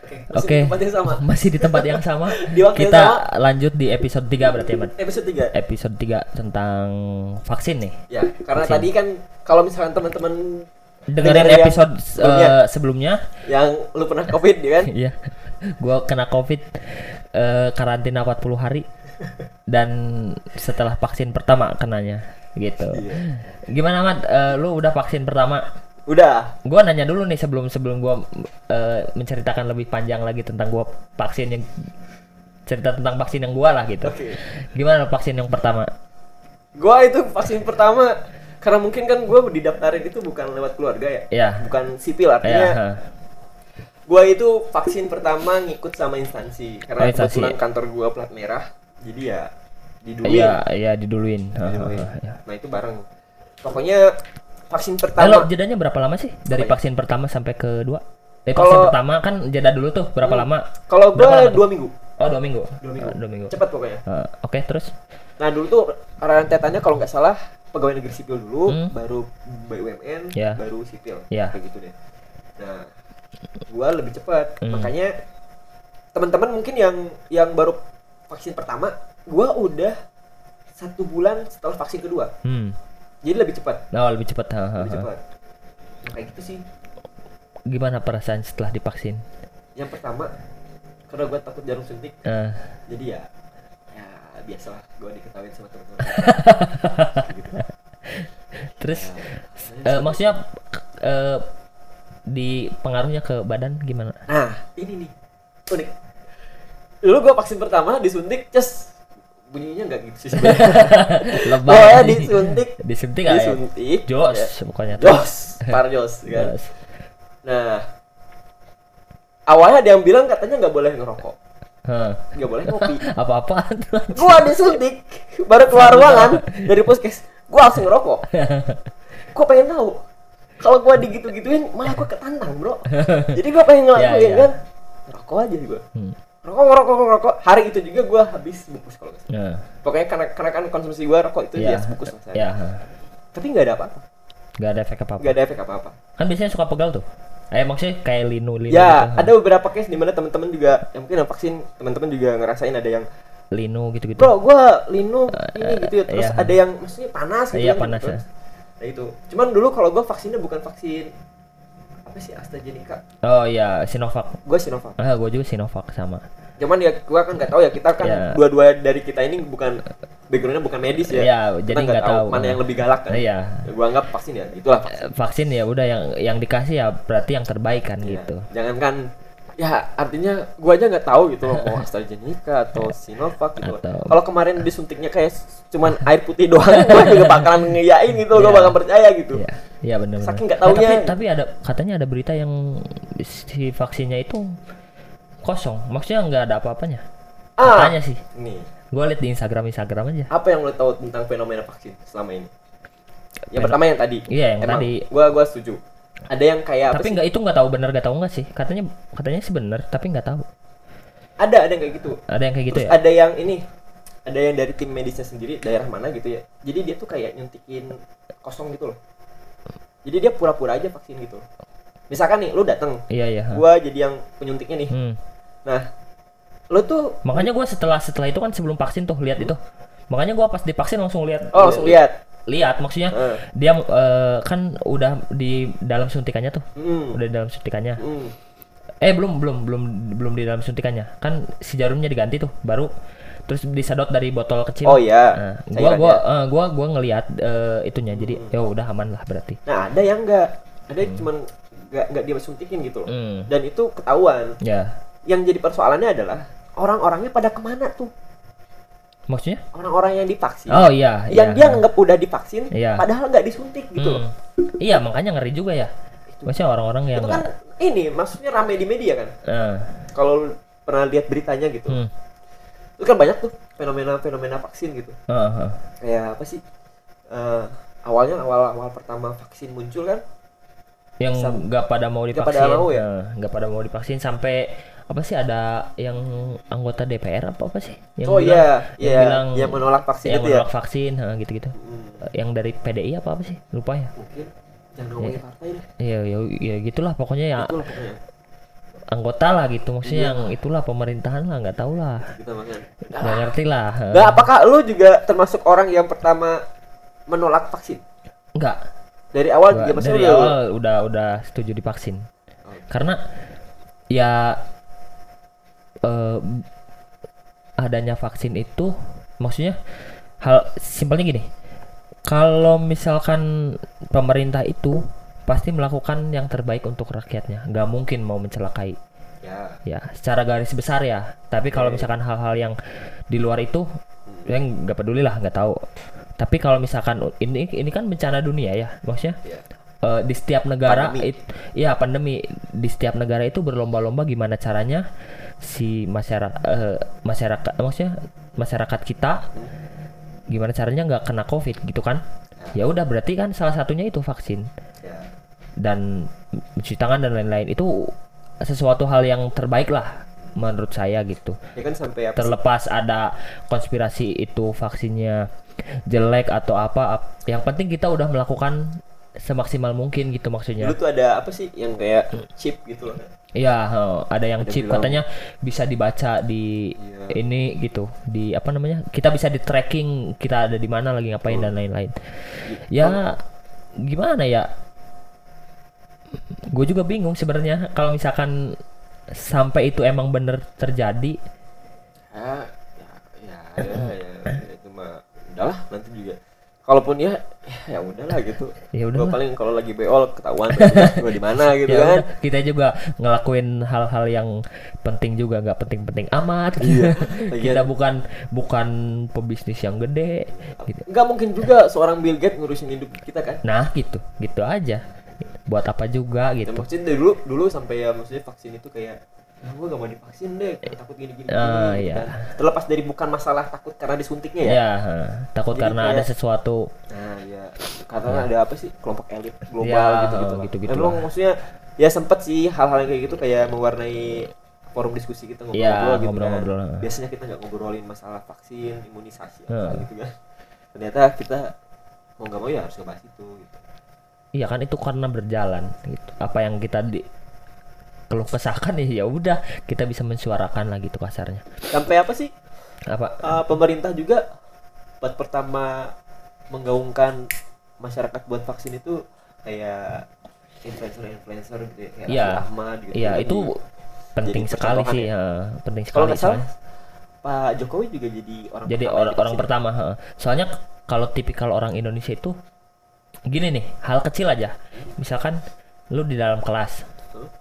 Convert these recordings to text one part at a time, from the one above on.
Oke. Masih di tempat yang sama. Kita lanjut di episode 3 berarti ya, Mat? Episode 3 tentang vaksin nih. Ya, karena vaksin. Tadi kan kalau misalkan teman-teman dengerin episode sebelumnya yang lu pernah Covid ya kan? Iya. Gua kena Covid karantina 40 hari dan setelah vaksin pertama kenanya gitu. Iya. Gimana, Mat? Lu udah vaksin pertama? Udah. Gua nanya dulu nih sebelum gua menceritakan lebih panjang lagi tentang gua vaksin yang cerita tentang vaksin yang gua lah gitu. Okay. Gimana vaksin yang pertama? Gua itu vaksin pertama karena mungkin kan gua didaftarin itu bukan lewat keluarga ya. Yeah. Bukan sipil artinya. Gua itu vaksin pertama ngikut sama instansi karena kebetulan kantor gua plat merah. Jadi ya diduluin. Iya, diduluin. Nah, itu bareng. Pokoknya vaksin pertama. Jedanya berapa lama sih dari vaksin pertama sampai kedua? Vaksin pertama kan jeda dulu tuh berapa lama? Kalau gua 2 minggu. Oh, 2 minggu. 2 minggu. Cepat pokoknya. Oke, terus. Nah, dulu tuh rentetannya kalau nggak salah pegawai negeri sipil dulu, baru BUMN, baru sipil. Kayak gitu deh. Nah, gua lebih cepat. Makanya teman-teman mungkin yang baru vaksin pertama, gua udah 1 bulan setelah vaksin kedua. Jadi lebih cepat. Lebih cepat. Lebih cepat. Nah, kayak gitu sih. Gimana perasaan setelah divaksin? Yang pertama, karena gue takut jarum suntik. Jadi ya biasalah gue diketawain sama teman-teman. Gitu. Terus maksudnya di pengaruhnya ke badan gimana? Nah, ini nih unik. Dulu gue vaksin pertama disuntik, bunyinya nggak gitu sih sebenarnya. disuntik jos pokoknya jos kan. Nah, awalnya ada yang bilang katanya nggak boleh ngerokok, nggak boleh ngopi, apa-apaan. Gua disuntik baru keluar ruangan dari puskes, gua langsung ngerokok. Gua pengen tahu kalau gua digitu-gituin malah gua ketantang, bro. Jadi gua pengen ngelakuin kan, ngerokok aja gua. Rokok. Hari itu juga gue habis bungkus kalau nggak salah. Pokoknya karena kan konsumsi gue rokok itu dia sebungkus mas. Tapi nggak ada apa-apa. Nggak ada efek apa-apa. Kan biasanya suka pegal tuh. Maksudnya kayak linu. Ya, gitu. Ada beberapa case di mana teman-teman juga, yang mungkin yang vaksin, teman-teman juga ngerasain ada yang linu gitu-gitu. Bro, gue linu ini gitu ya. Terus ada yang maksudnya panas gitu. Iya, panas ya. Nah itu. Cuman dulu kalau gue vaksinnya bukan vaksin apa sih, AstraZeneca. Oh iya, Sinovac. Gue Sinovac. Gue juga Sinovac sama. Cuman ya gue kan nggak tahu ya, kita kan dua-dua dari kita ini bukan backgroundnya bukan medis ya. Iya, jadi nggak tahu mana yang lebih galak kan. Iya. Ya, gue anggap vaksin ya, itulah vaksin ya udah yang dikasih ya berarti yang terbaik kan gitu. Jangan kan ya artinya gue aja nggak tahu gitu loh, mau AstraZeneca atau Sinovac gitu. Kalau kemarin disuntiknya kayak cuman air putih doang, gue juga bakalan ngeyain gitu, gue bakal percaya gitu. Iya benar. Saking nggak taunya. Tapi katanya ada berita yang si vaksinnya itu kosong, maksudnya nggak ada apa-apanya. Katanya sih. Nih. Gue liat di Instagram aja. Apa yang lo tahu tentang fenomena vaksin selama ini? Yang pertama yang tadi. Iya yang tadi. Gue setuju. Ada yang kayak. Tapi nggak tahu benar nggak tahu nggak sih. Katanya sih benar, tapi nggak tahu. Ada yang kayak gitu. Ada yang kayak gitu. Terus ya. Ada yang ini. Ada yang dari tim medisnya sendiri, daerah mana gitu ya. Jadi dia tuh kayak nyuntikin kosong gitu loh. Jadi dia pura-pura aja vaksin gitu. Misalkan nih, lu dateng. Iya. Gua jadi yang penyuntiknya nih. Nah, lu tuh. Makanya gua setelah itu kan sebelum vaksin tuh lihat itu. Makanya gua pas divaksin langsung lihat. Oh, langsung lihat. Lihat maksudnya dia kan udah di dalam suntikannya tuh. Udah di dalam suntikannya. Belum di dalam suntikannya. Kan si jarumnya diganti tuh, baru terus disedot dari botol kecil. Oh iya. Nah, gua ngelihat itunya. Jadi ya udah aman lah berarti. Nah, ada yang enggak. Ada yang cuman enggak dia suntikin gitu loh. Dan itu ketahuan. Yang jadi persoalannya adalah orang-orangnya pada kemana tuh? Maksudnya? Orang-orang yang divaksin. Oh iya. Yang dia nganggap udah divaksin, padahal nggak disuntik gitu loh. Iya, makanya ngeri juga ya. Maksudnya orang-orang yang itu kan ini maksudnya ramai di media kan. Kalau pernah lihat beritanya gitu. Itu kan banyak tuh fenomena vaksin gitu. Kayak apa sih? Awalnya awal pertama vaksin muncul kan? Yang nggak pada mau divaksin. Nggak pada mau divaksin sampai apa sih, ada yang anggota DPR apa sih yang bilang yang menolak vaksin, yang menolak vaksin gitu-gitu. Yang dari PDI apa sih, lupa ya. Mungkin jangan ngomongin partai deh. Iya gitulah pokoknya ya. anggota lah gitu, maksudnya yang itulah pemerintahan lah, nggak tahu lah, Kita makan. nggak ngerti lah. Nggak, apakah lu juga termasuk orang yang pertama menolak vaksin? Nggak. Dari awal juga Gua dari awal udah setuju divaksin. Karena ya adanya vaksin itu maksudnya hal simpelnya gini. Kalau misalkan pemerintah itu pasti melakukan yang terbaik untuk rakyatnya, nggak mungkin mau mencelakai. Ya, secara garis besar ya. Tapi kalau misalkan hal-hal yang di luar itu, yang nggak peduli lah, nggak tahu. Tapi kalau misalkan ini kan bencana dunia ya, maksudnya di setiap negara pandemi di setiap negara itu berlomba-lomba gimana caranya si masyarakat maksudnya masyarakat kita gimana caranya nggak kena COVID gitu kan. Ya udah, berarti kan salah satunya itu vaksin dan mencuci tangan dan lain-lain, itu sesuatu hal yang terbaik lah menurut saya gitu. Ya kan sampai terlepas ada konspirasi itu vaksinnya jelek atau apa, yang penting kita udah melakukan semaksimal mungkin gitu maksudnya. Dulu tuh ada apa sih yang kayak chip gitu loh. Iya, ada yang Ada chip bilang, katanya bisa dibaca di ini gitu, di apa namanya, kita bisa di tracking kita ada di mana lagi ngapain dan lain-lain. Ya gimana ya, gue juga bingung sebenarnya kalau misalkan sampai itu emang bener terjadi. Ya itu mah udahlah, nanti juga kalaupun ya udahlah gitu. Ya Gua udah, paling kalau lagi beol ketahuan gua di mana gitu ya kan. udah, kita juga ngelakuin hal-hal yang penting juga, nggak penting-penting amat. Kita bukan pebisnis yang gede gitu. Nggak mungkin juga seorang Bill Gates ngurusin hidup kita kan. Nah gitu aja, buat apa juga Ya, gitu. maksudnya dulu sampai ya maksudnya vaksin itu kayak gue gak mau divaksin deh, takut gini gitu iya. kan. Terlepas dari bukan masalah takut karena disuntiknya ya. Ya, takut Jadi karena kayak- ada sesuatu. Nah ya, karena ada apa sih kelompok elit global Ya, gitu. gitu-gitu Emang lah. maksudnya ya sempet sih hal-hal yang kayak gitu kayak mewarnai forum diskusi kita Iya, ngobrol-ngobrol gitu ngobrol-ngobrol. kan. Biasanya kita nggak ngobrolin masalah vaksin, imunisasi Heeh. apa gitu kan. Ternyata kita mau nggak mau ya harus ngebahas itu gitu. Iya kan, itu karena berjalan gitu. Apa yang kita keluh kesahkan ya udah kita bisa mensuarakan lah gitu kasarnya. Sampai apa sih? Apa? Pemerintah juga buat pertama menggaungkan masyarakat buat vaksin itu kayak influencer gitu ya, kayak Iya. Raffi Ahmad gitu. Iya, Jadi itu penting jadi sekali percontohan sih, ya. penting Kalau sekali nggak salah soalnya. Pak Jokowi juga jadi orang Jadi pertama yang orang divaksin. pertama, soalnya kalau tipikal orang Indonesia itu gini nih, hal kecil aja. Misalkan lu di dalam kelas,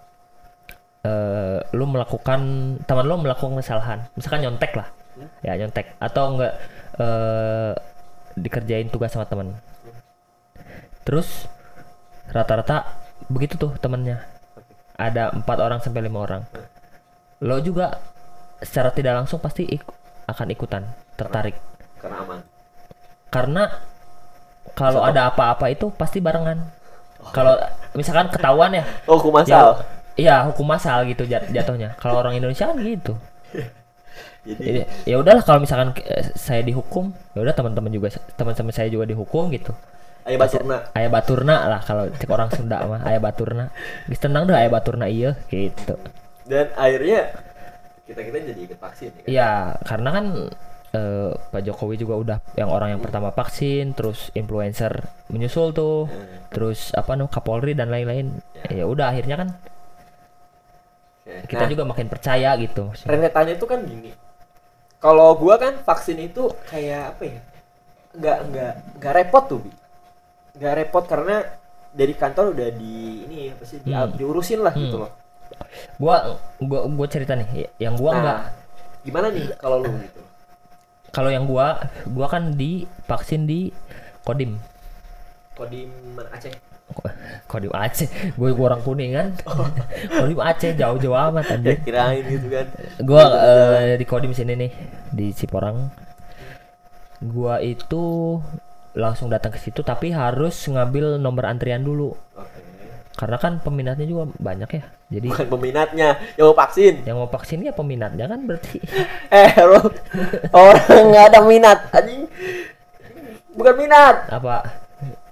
teman lu melakukan kesalahan, misalkan nyontek lah, ya nyontek, atau enggak dikerjain tugas sama teman. Terus rata-rata begitu tuh temennya, ada 4 orang sampai 5 orang. Lo juga secara tidak langsung pasti akan ikutan tertarik, Karena aman. karena kalau ada apa-apa itu pasti barengan. Kalau misalkan ketahuan ya, Oh, hukum asal. iya hukum masal gitu jatuhnya. Kalau orang Indonesia kan gitu. Jadi Jadi ya udahlah, kalau misalkan saya dihukum, ya udah teman-teman saya juga dihukum gitu. ayo baturna. Aya baturna lah kalau cek orang Sunda mah, aya baturna. Geus tenang deh aya baturna ieu gitu. Dan akhirnya kita jadi ikut vaksin ya kan? Iya, karena kan Pak Jokowi juga udah orang yang pertama vaksin, terus influencer menyusul tuh, terus Kapolri dan lain-lain. Ya udah akhirnya kan Oke. kita Nah, juga makin percaya gitu. rentetannya itu kan gini. Kalau gua kan vaksin itu kayak apa ya? Enggak repot tuh, Bi. Enggak repot karena dari kantor udah diurusin lah gitu loh. Gua cerita nih, yang gua Nah, enggak. gimana nih kalau lu gitu? Kalau yang gua kan divaksin di Kodim. Kodim mana Aceh? Kodim Aceh, gue orang Kuningan. Kodim Aceh jauh-jauh amat Ya anjir. kirain gitu kan. Gua di Kodim sini nih, di Ciporang. Gua itu langsung datang ke situ, tapi harus ngambil nomor antrian dulu. Oke. Karena kan peminatnya juga banyak ya. Jadi Bukan peminatnya yang mau vaksin. yang mau vaksin ya peminatnya kan berarti. Bro, orang nggak ada minat, anjing. Bukan minat. Apa?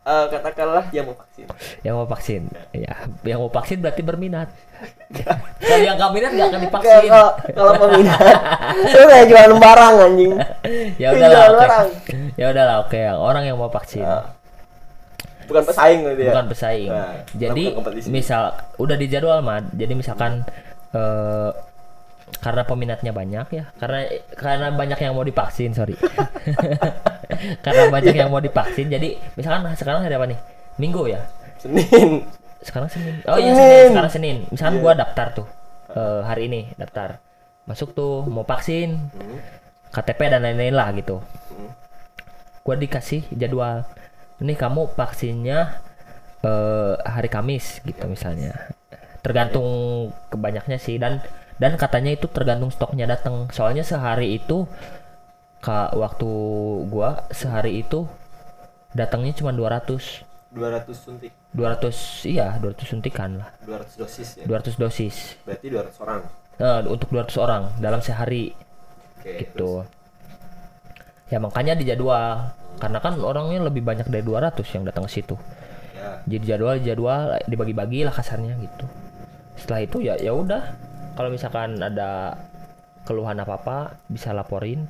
katakanlah yang mau vaksin. Yang mau vaksin. Ya, yang mau vaksin berarti berminat. Kalau yang nggak minat nggak akan Kayak divaksin. kalau peminat itu kayak jualan barang anjing. Ya udahlah, Jualan oke. barang. Ya udahlah, oke. Orang yang mau vaksin. Bukan pesaing gitu ya. Bukan pesaing. Nah, Jadi bukan kompetisi. misal udah dijadwal mah. Jadi misalkan karena peminatnya banyak ya, karena banyak yang mau divaksin, sorry. Karena banyak yang mau divaksin, jadi misalkan sekarang hari apa nih? Minggu ya? Senin. Sekarang Senin. Oh iya Senin. Senin, sekarang Senin. Misalkan Iya. gua daftar tuh hari ini daftar, masuk tuh mau vaksin, KTP dan lain-lain lah gitu. Gua dikasih jadwal. Ini kamu vaksinnya hari Kamis gitu misalnya. Tergantung kebanyaknya sih dan katanya itu tergantung stoknya datang. Soalnya sehari itu waktu gua sehari itu datangnya cuma 200 suntik. 200 iya 200 suntikan lah, 200 dosis ya. 200 dosis. Berarti 200 orang. Untuk 200 orang dalam sehari Oke. gitu. Ya makanya dijadwal karena kan orangnya lebih banyak dari 200 yang datang ke situ. Ya. Jadi jadwal dibagi-bagi lah kasarnya gitu. Setelah itu ya udah, kalau misalkan ada keluhan apa-apa bisa laporin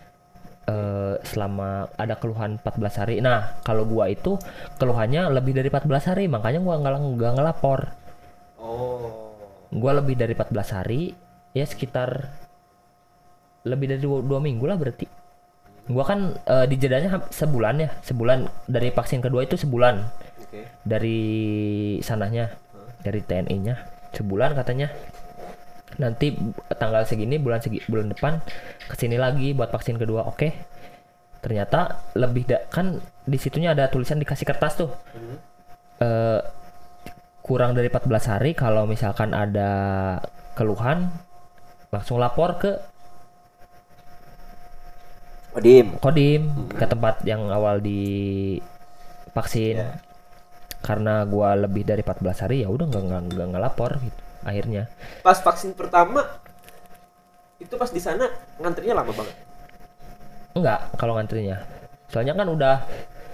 selama ada keluhan 14 hari. Nah, kalau gua itu keluhannya lebih dari 14 hari, makanya gua nggak ngelapor. Oh. Gua lebih dari 14 hari, ya sekitar lebih dari 2 minggu lah berarti. Gua kan di jedanya sebulan ya, sebulan dari vaksin kedua itu sebulan. Oke. Dari sananya, dari TNI-nya sebulan katanya. Nanti tanggal segini bulan depan kesini lagi buat vaksin kedua. Oke. Ternyata lebih kan di situnya ada tulisan dikasih kertas tuh. Kurang dari 14 hari kalau misalkan ada keluhan langsung lapor ke Kodim ke tempat yang awal di vaksin. Yeah. Karena gua lebih dari 14 hari ya udah nggak ngelapor gitu akhirnya. Pas vaksin pertama itu pas di sana ngantrinya lama banget. Enggak kalau ngantrinya. Soalnya kan udah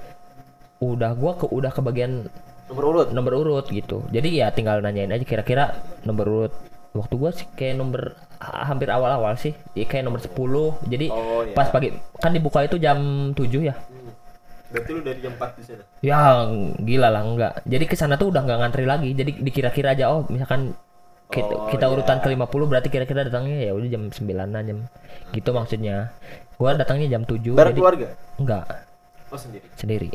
udah ke bagian nomor urut gitu. Jadi ya tinggal nanyain aja kira-kira nomor urut. Waktu gua sih kayak nomor hampir awal-awal sih. Ya, kayak nomor 10. Jadi pas pagi kan dibuka itu jam 7 ya. Berarti lu dari jam 4 di sana. Ya gila lah enggak. Jadi ke sana tuh udah enggak ngantri lagi. Jadi dikira-kira aja misalkan kita urutan ke 50 berarti kira-kira datangnya ya udah jam 9-an jam. Gitu maksudnya. Gua datangnya jam 7. Bareng keluarga? Enggak. Oh, sendiri. Sendiri.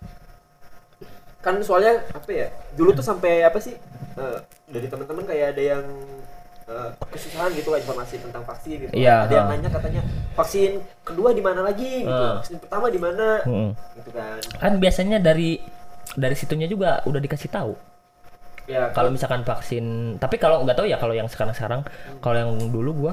Kan soalnya apa ya? Dulu tuh sampai apa sih? Dari teman-teman kayak ada yang kesusahan gitu lah informasi tentang vaksin gitu. Iya, Ada yang nanya katanya vaksin kedua di mana lagi gitu. Vaksin pertama di mana? Gitu kan. Kan biasanya dari situnya juga udah dikasih tahu. Ya, Kalau misalkan vaksin, tapi kalau nggak tahu ya kalau yang sekarang kalau yang dulu gua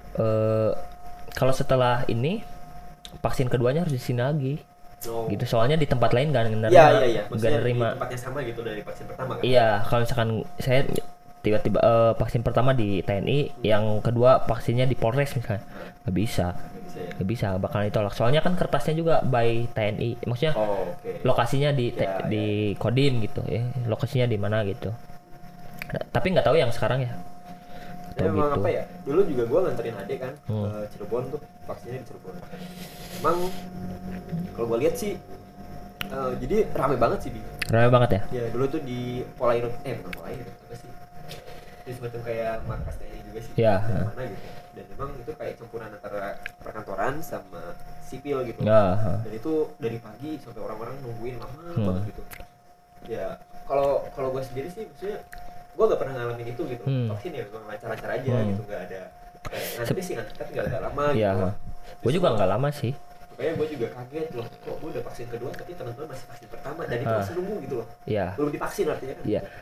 kalau setelah ini vaksin keduanya harus di sini lagi. Gitu soalnya di tempat lain nggak nerima. Iya. Nggak nerima. Di tempatnya sama gitu dari vaksin pertama kan. Iya, kalau misalkan saya tiba-tiba vaksin pertama di TNI, yang kedua vaksinnya di Polres misalnya, nggak bisa. Nggak bisa, bakalan ditolak. Soalnya kan kertasnya juga by TNI, maksudnya lokasinya di Kodim gitu ya, lokasinya di mana gitu. Tapi nggak tahu yang sekarang ya. Ya, memang gitu. Apa ya? Dulu juga gue nganterin adik kan ke Cirebon tuh, vaksinnya di Cirebon. Emang kalau gue lihat sih, jadi rame banget sih di. Rame banget ya? Ya dulu tuh di Polairut, bukan Polairut apa sih? Di semacam kayak markas TNI juga sih. Iya. Mana gitu. Dan memang itu kayak campuran antara perkantoran sama sipil gitu. Dan itu dari pagi sampai orang-orang nungguin lama banget gitu. Ya kalau gue sendiri sih maksudnya gue gak pernah ngalamin itu gitu. Vaksin ya memang lancar-lancar aja gitu, gak ada ngantri sih tapi gak lama gitu. Gue juga gak lama sih. Makanya gue juga kaget loh, kok gue udah vaksin kedua tapi teman-teman masih vaksin pertama dan itu masih nunggu gitu loh. Iya. Belum divaksin artinya kan. Iya.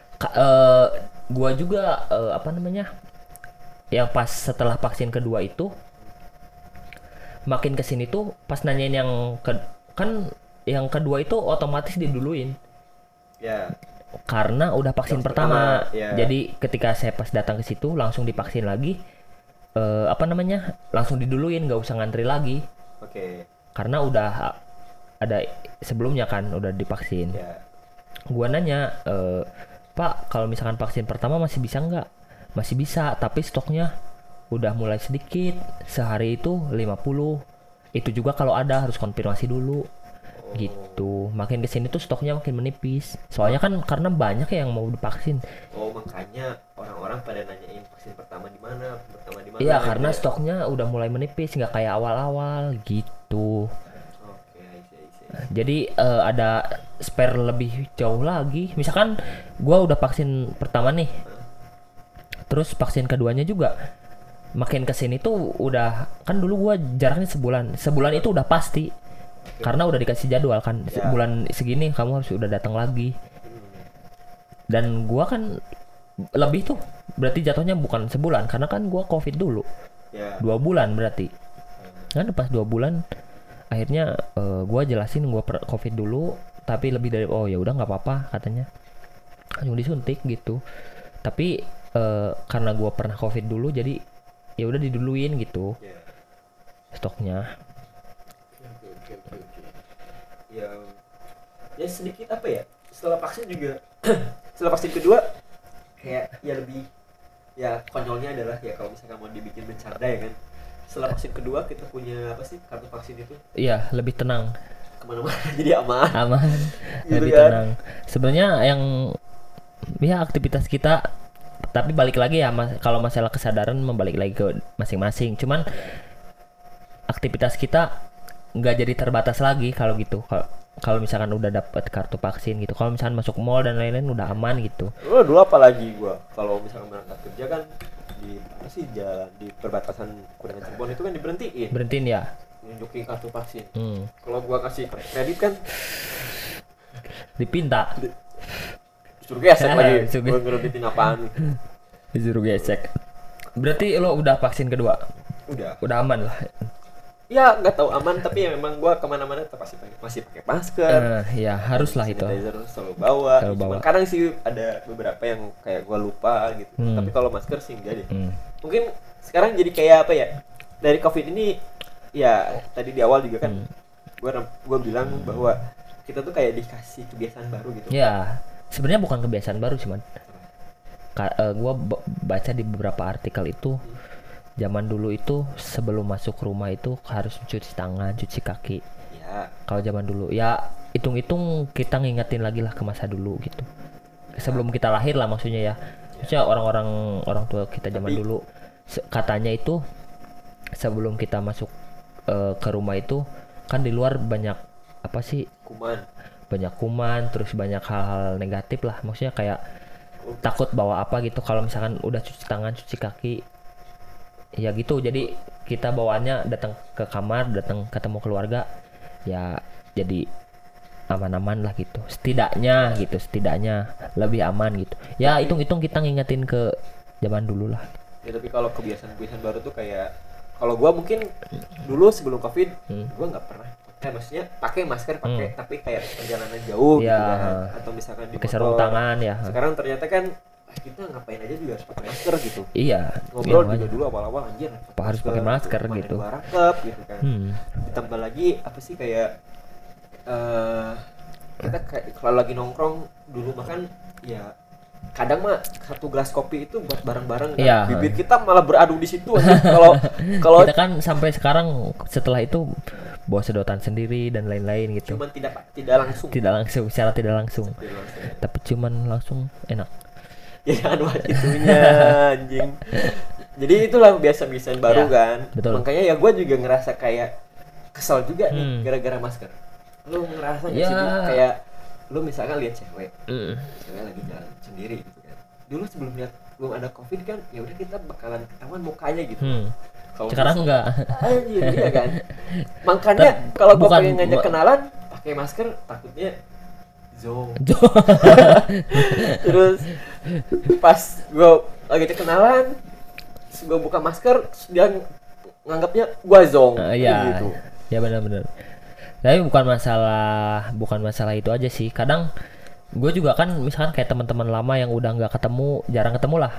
Gue juga apa namanya, yang pas setelah vaksin kedua itu makin kesini tuh pas nanyain kan yang kedua itu otomatis diduluin. Ya. Karena udah vaksin pertama. Ya. Jadi ketika saya pas datang ke situ langsung divaksin lagi, apa namanya, langsung diduluin, nggak usah ngantri lagi. Oke. Karena udah ada sebelumnya kan udah divaksin. Ya. Gua nanya, Pak, kalau misalkan vaksin pertama masih bisa nggak? Masih bisa, tapi stoknya udah mulai sedikit. Sehari itu 50. Itu juga kalau ada harus konfirmasi dulu. Gitu. Makin kesini tuh stoknya makin menipis. Soalnya kan karena banyak yang mau divaksin. Oh, makanya orang-orang pada nanyain vaksin pertama di mana, Iya, karena stoknya udah mulai menipis, nggak kayak awal-awal gitu. Oke, I see. Jadi ada spare lebih jauh lagi. Misalkan gua udah vaksin pertama nih, terus vaksin keduanya juga makin kesini tuh udah, kan dulu gua jaraknya sebulan itu udah pasti, karena udah dikasih jadwal kan, Ya. bulan segini kamu harus udah datang lagi. Dan gua kan lebih tuh berarti jatuhnya bukan sebulan, karena kan gua covid dulu Ya. 2 bulan berarti kan. Pas 2 bulan akhirnya gua jelasin gua covid dulu, tapi lebih dari oh ya udah nggak apa-apa katanya, langsung disuntik gitu. Tapi karena gua pernah covid dulu jadi ya udah diduluin gitu Ya. stoknya. Oke. Ya sedikit apa ya? Setelah vaksin juga setelah vaksin kedua kayak ya lebih ya konyolnya adalah ya kalau misalkan mau dibikin bercanda ya kan. Setelah vaksin kedua kita punya apa sih kartu vaksin itu Iya, lebih tenang, kemana-mana jadi aman. aman, Gitu lebih kan. tenang. Sebenarnya yang ya aktivitas kita, tapi balik lagi ya kalau masalah kesadaran membalik lagi ke masing-masing. Cuman aktivitas kita nggak jadi terbatas lagi kalau gitu. Kalau misalkan udah dapat kartu vaksin gitu, kalau misalkan masuk mall dan lain-lain udah aman gitu. Oh, dulu apa lagi gua kalau misalkan berangkat kerja kan di apa sih jalan di perbatasan Kuningan Cirebon itu kan diberhentiin Berhentiin ya. nunjukin kartu vaksin. Hmm. Kalau gua kasih kredit kan Dipinta, disuruh gesek lagi. Disuruh- Gua ngerebitin apaan? disuruh gesek. Berarti lo udah vaksin kedua, Udah aman lah. ya nggak tahu aman tapi ya memang gua kemana-mana tetap masih pakai masker. Ya harus lah itu. Sanitizer selalu bawa. Selalu bawa. Cuman kadang sih ada beberapa yang kayak gua lupa gitu. Tapi kalau masker sih enggak deh. Mungkin sekarang jadi kayak apa ya? Dari Covid ini ya tadi di awal juga kan gua bilang bahwa kita tuh kayak dikasih kebiasaan baru gitu. Ya, sebenarnya bukan kebiasaan baru cuman gua baca di beberapa artikel itu zaman dulu itu sebelum masuk rumah itu harus cuci tangan, cuci kaki. Ya, Kalau zaman dulu ya hitung-hitung kita ngingetin lagi lah ke masa dulu gitu. Sebelum kita lahir lah maksudnya ya. Maksudnya orang tua kita zaman dulu katanya itu sebelum kita masuk ke rumah itu kan di luar banyak apa sih? Banyak kuman, terus banyak hal-hal negatif lah. Maksudnya kayak takut bawa apa gitu kalau misalkan udah cuci tangan, cuci kaki. Ya gitu, jadi kita bawaannya datang ke kamar, datang ketemu keluarga, ya jadi aman-aman lah gitu. Setidaknya lebih aman gitu. Ya hitung-hitung kita ngingetin ke zaman dulu lah. ya tapi kalau kebiasaan-kebiasaan baru tuh kayak kalau gua mungkin dulu sebelum Covid gua nggak pernah maksudnya pakai masker tapi kayak perjalanan jauh Ya, gitu kan. Atau misalkan di pakai sarung motor. tangan ya. Sekarang ternyata kan kita ngapain aja juga harus pakai masker gitu. Iya. Ngobrol iya, juga dulu awal-awal anjir harus pakai masker mana gitu. dua rakep gitu kan. Ditambah lagi apa sih kayak kita kayak kalau lagi nongkrong dulu makan ya kadang mah satu gelas kopi itu buat bareng-bareng kan. Iya. Bibir kita malah beradu di situ anjir. Kalau Kita kan sampai sekarang setelah itu bawa sedotan sendiri dan lain-lain gitu. cuman tidak langsung. Secara tidak langsung. Tapi cuman langsung enak. Ya jangan bahas itunya anjing. Jadi itulah biasa-biasaan baru Ya, kan. betul. Makanya ya gue juga ngerasa kayak kesel juga nih gara-gara masker. Lu ngerasa nggak Ya. sih Bi? Kayak lu misalkan lihat cewek lagi jalan sendiri gitu kan. Dulu sebelum ada Covid kan ya udah kita bakalan ketahuan mukanya gitu. Kalau Sekarang enggak. anjir iya kan. Makanya kalau gue bukan- pengen ngajak kenalan pakai masker takutnya zong. Terus pas gue lagi kenalan gue buka masker dia nganggapnya gue zong Iya. gitu. Ya benar-benar. Tapi bukan masalah itu aja sih. Kadang gue juga kan misalkan kayak teman-teman lama yang udah nggak ketemu, jarang ketemu lah.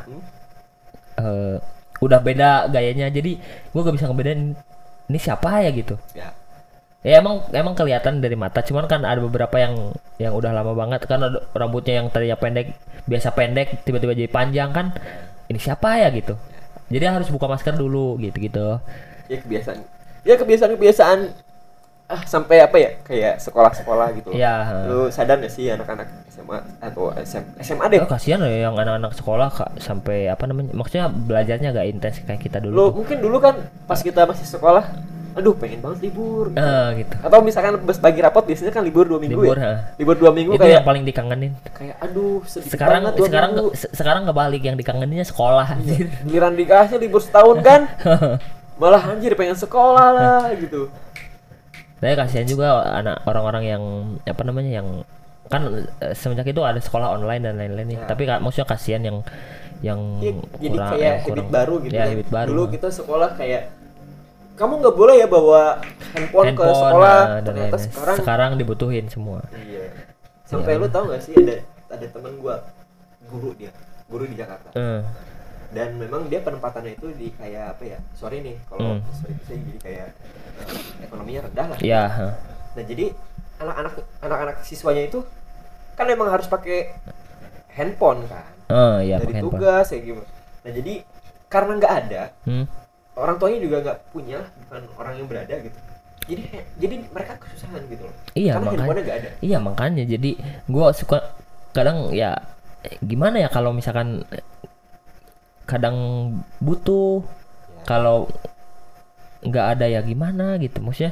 Udah beda gayanya, jadi gue gak bisa ngebedain ini siapa ya gitu. Ya. Ya emang kelihatan dari mata, cuman kan ada beberapa yang udah lama banget kan, ada rambutnya yang tadinya pendek, biasa pendek tiba-tiba jadi panjang kan. Ini siapa ya gitu. Jadi harus buka masker dulu gitu-gitu. Ya kebiasaan. Ya kebiasaan sampai apa ya? Kayak sekolah-sekolah gitu. Iya. Lu sadar gak sih anak-anak SMA atau SMA deh? Oh, kasihan loh yang anak-anak sekolah sampai apa namanya? Maksudnya belajarnya gak intens kayak kita dulu. Lu mungkin dulu kan pas kita masih sekolah, aduh pengen banget libur gitu. Gitu. Atau misalkan bagi rapot biasanya kan libur 2 minggu libur, ya. Libur 2 minggu itu kayak yang paling dikangenin. Kayak aduh sedih Sekarang banget 2 sekarang minggu. sekarang kebalik, yang dikangeninnya sekolah anjir. Giliran dikasih libur setahun kan. Malah anjir pengen sekolah lah gitu. Saya kasihan juga anak orang-orang yang apa namanya, yang kan semenjak itu ada sekolah online dan lain-lain nih. Ya. Tapi maksudnya kasihan yang Ya, jadi kurang, kayak yang kurang, habit baru gitu ya, kan. habit baru. Dulu kita sekolah kayak kamu nggak boleh ya bawa handphone ke sekolah. Ternyata sekarang dibutuhin semua. Iya. Sampai lu tahu nggak sih ada teman gua guru di Jakarta. Dan memang dia penempatannya itu di kayak apa ya? Sorry nih kalau sorry saya jadi kayak ekonominya rendah lah. Iya. Nah jadi anak-anak siswanya itu kan memang harus pakai handphone kan. Iya, dari pakai tugas kayak gitu. Nah jadi karena nggak ada, orang tuanya juga nggak punya, bukan orang yang berada gitu. Jadi mereka kesusahan gitu loh. Iya, karena handphonenya nggak ada. Iya makanya jadi gua suka kadang ya gimana ya, kalau misalkan kadang butuh, kalau nggak ada ya gimana gitu, maksudnya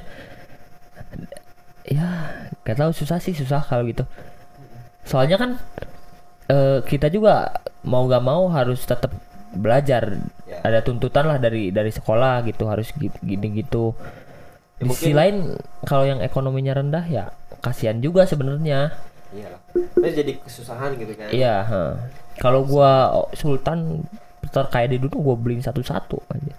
ya gak tahu, susah kalau gitu. Soalnya kan kita juga mau gak mau harus tetap belajar, ada tuntutan lah dari sekolah gitu, harus gini gitu. Di sisi lain kalau yang ekonominya rendah ya kasihan juga sebenarnya. Iyalah, terus jadi kesusahan gitu kan. Iya. Kalau gua Sultan kayak di dulu, gue beliin satu-satu aja.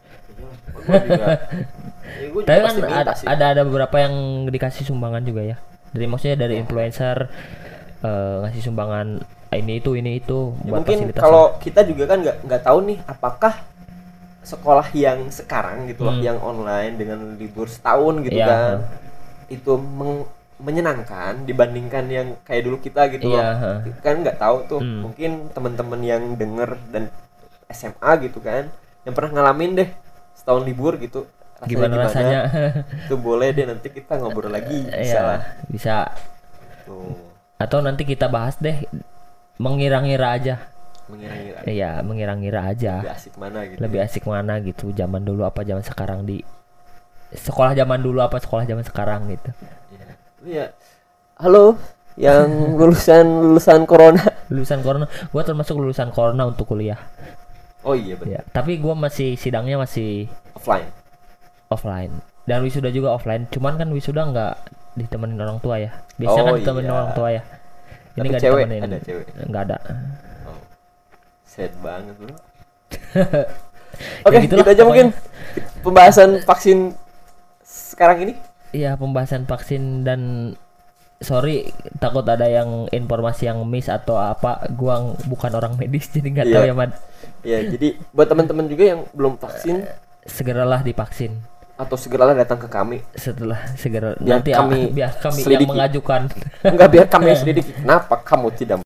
Tapi kan ada beberapa yang dikasih sumbangan juga ya. Maksudnya dari influencer ngasih sumbangan ini itu ya, buat mungkin fasilitas. Kalau kita juga kan nggak tahu nih apakah sekolah yang sekarang gitu loh, yang online dengan libur setahun gitu kan, itu menyenangkan dibandingkan yang kayak dulu kita gitu loh. Kan nggak tahu tuh, mungkin teman-teman yang denger dan SMA gitu kan, yang pernah ngalamin deh setahun libur gitu, gimana rasanya. Itu boleh deh nanti kita ngobrol lagi, bisa tuh. Atau nanti kita bahas deh, mengira-ngira aja. Iya, mengira-ngira aja. Lebih asik mana gitu, zaman dulu apa zaman sekarang, di sekolah zaman dulu apa sekolah zaman sekarang gitu. Iya. Halo yang lulusan corona. Gua termasuk lulusan corona untuk kuliah. Oh iya benar. Ya, tapi gue sidangnya masih offline. Dan wisuda juga offline. Cuman kan wisuda nggak ditemenin orang tua ya. Biasanya kan ditemenin orang tua ya. Ini nggak ditemenin. Ada cewek? Nggak ada. Oh. Sad banget bro. Oke, gitu aja pokoknya. Mungkin pembahasan vaksin sekarang ini. Iya, pembahasan vaksin, dan sorry takut ada yang informasi yang miss atau apa. Gua bukan orang medis jadi nggak tahu ya, Mad. Ya, jadi buat teman-teman juga yang belum vaksin, segeralah divaksin atau segeralah datang ke kami. Segera biar nanti biar kami selidiki. yang mengajukan. Enggak, biar kami selidiki kenapa kamu tidak